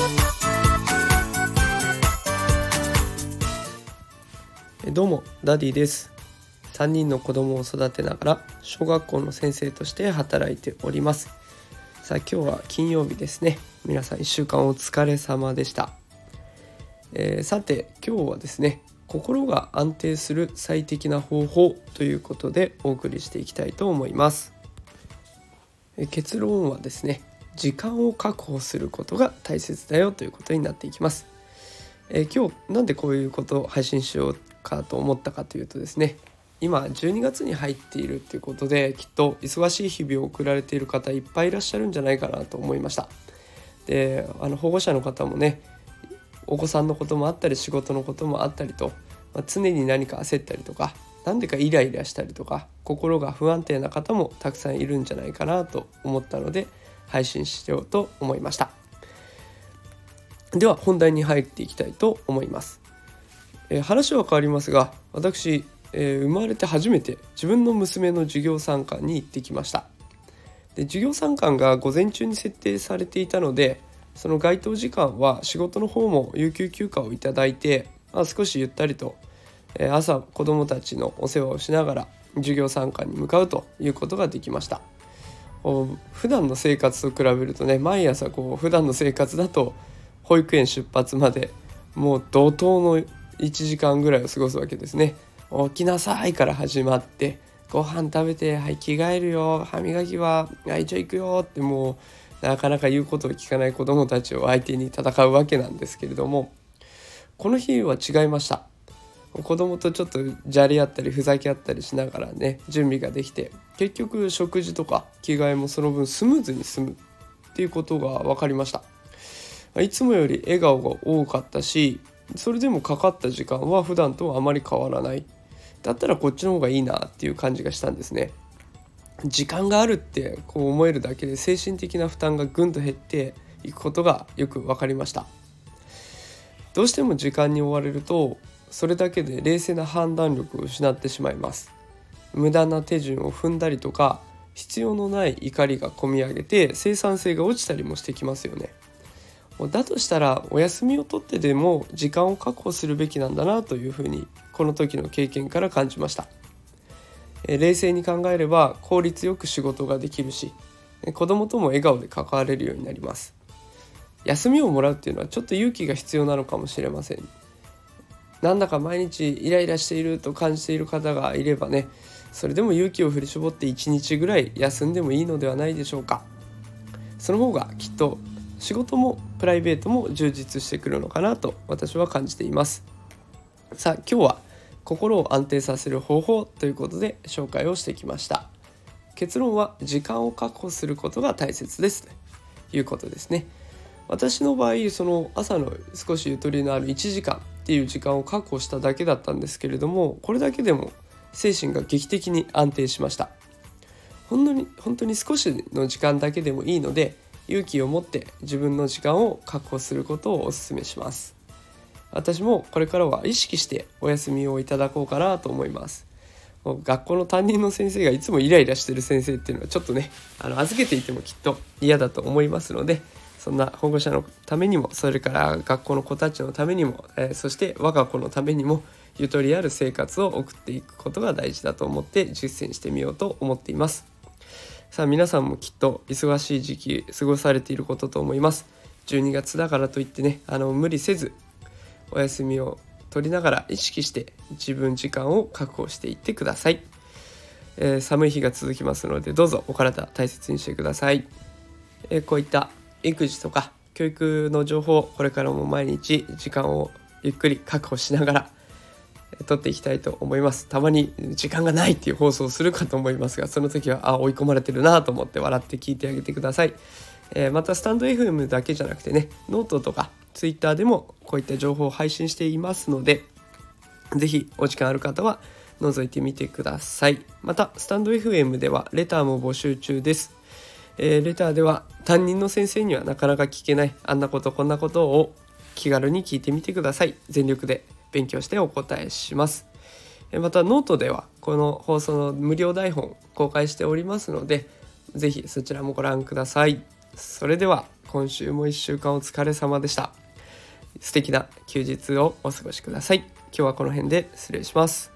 どうもダディです。3人の子供を育てながら小学校の先生として働いております。さあ今日は金曜日ですね。皆さん1週間お疲れ様でした。さて今日はですね、心が安定する最適な方法ということでお送りしていきたいと思います。結論はですね、時間を確保することが大切だよということになっていきます。今日なんでこういうことを配信しようかと思ったかというとですね、今12月に入っているということで、きっと忙しい日々を送られている方いっぱいいらっしゃるんじゃないかなと思いました。で、保護者の方もね、お子さんのこともあったり仕事のこともあったりと、常に何か焦ったりとか、なんでかイライラしたりとか、心が不安定な方もたくさんいるんじゃないかなと思ったので配信しようと思いました。では本題に入っていきたいと思います。話は変わりますが、私、生まれて初めて自分の娘の授業参観に行ってきました。で、授業参観が午前中に設定されていたので、その該当時間は仕事の方も有給休暇をいただいて、少しゆったりと、朝子どもたちのお世話をしながら授業参観に向かうということができました。普段の生活と比べるとね、毎朝普段の生活だと保育園出発までもう怒涛の1時間ぐらいを過ごすわけですね。起きなさいから始まって、ご飯食べて、はい着替えるよ、歯磨きは一応行くよって、もうなかなか言うことを聞かない子どもたちを相手に戦うわけなんですけれども、この日は違いました。子供とちょっとじゃれ合ったりふざけ合ったりしながらね、準備ができて、結局食事とか着替えもその分スムーズに済むっていうことが分かりました。いつもより笑顔が多かったし、それでもかかった時間は普段とあまり変わらない。だったらこっちの方がいいなっていう感じがしたんですね。時間があるって思えるだけで精神的な負担がぐんと減っていくことがよく分かりました。どうしても時間に追われると、それだけで冷静な判断力を失ってしまいます。無駄な手順を踏んだりとか、必要のない怒りがこみ上げて生産性が落ちたりもしてきますよね。だとしたらお休みを取ってでも時間を確保するべきなんだなというふうに、この時の経験から感じました。冷静に考えれば効率よく仕事ができるし、子供とも笑顔で関われるようになります。休みをもらうっていうのはちょっと勇気が必要なのかもしれません。なんだか毎日イライラしていると感じている方がいればね、それでも勇気を振り絞って1日ぐらい休んでもいいのではないでしょうか。その方がきっと仕事もプライベートも充実してくるのかなと私は感じています。さあ今日は心を安定させる方法ということで紹介をしてきました。結論は時間を確保することが大切ですということですね。私の場合、その朝の少しゆとりのある1時間っていう時間を確保しただけだったんですけれども、これだけでも精神が劇的に安定しました。本当に少しの時間だけでもいいので、勇気を持って自分の時間を確保することをお勧めします。私もこれからは意識してお休みをいただこうかなと思います。学校の担任の先生がいつもイライラしてる先生っていうのはちょっとね、預けていてもきっと嫌だと思いますので、そんな保護者のためにも、それから学校の子たちのためにも、そして我が子のためにもゆとりある生活を送っていくことが大事だと思って実践してみようと思っています。さあ皆さんもきっと忙しい時期過ごされていることと思います。12月だからといってね、無理せずお休みを取りながら意識して自分時間を確保していってください。寒い日が続きますので、どうぞお体大切にしてください。こういった育児とか教育の情報、これからも毎日時間をゆっくり確保しながら取っていきたいと思います。たまに時間がないっていう放送をするかと思いますが、その時は追い込まれてるなと思って笑って聞いてあげてください。またスタンド FM だけじゃなくてね、ノートとかツイッターでもこういった情報を配信していますので、ぜひお時間ある方は覗いてみてください。またスタンド FM ではレターも募集中です。レターでは担任の先生にはなかなか聞けないあんなことこんなことを気軽に聞いてみてください。全力で勉強してお答えします。またノートではこの放送の無料台本公開しておりますので、ぜひそちらもご覧ください。 それでは今週も1週間お疲れ様でした。素敵な休日をお過ごしください。今日はこの辺で失礼します。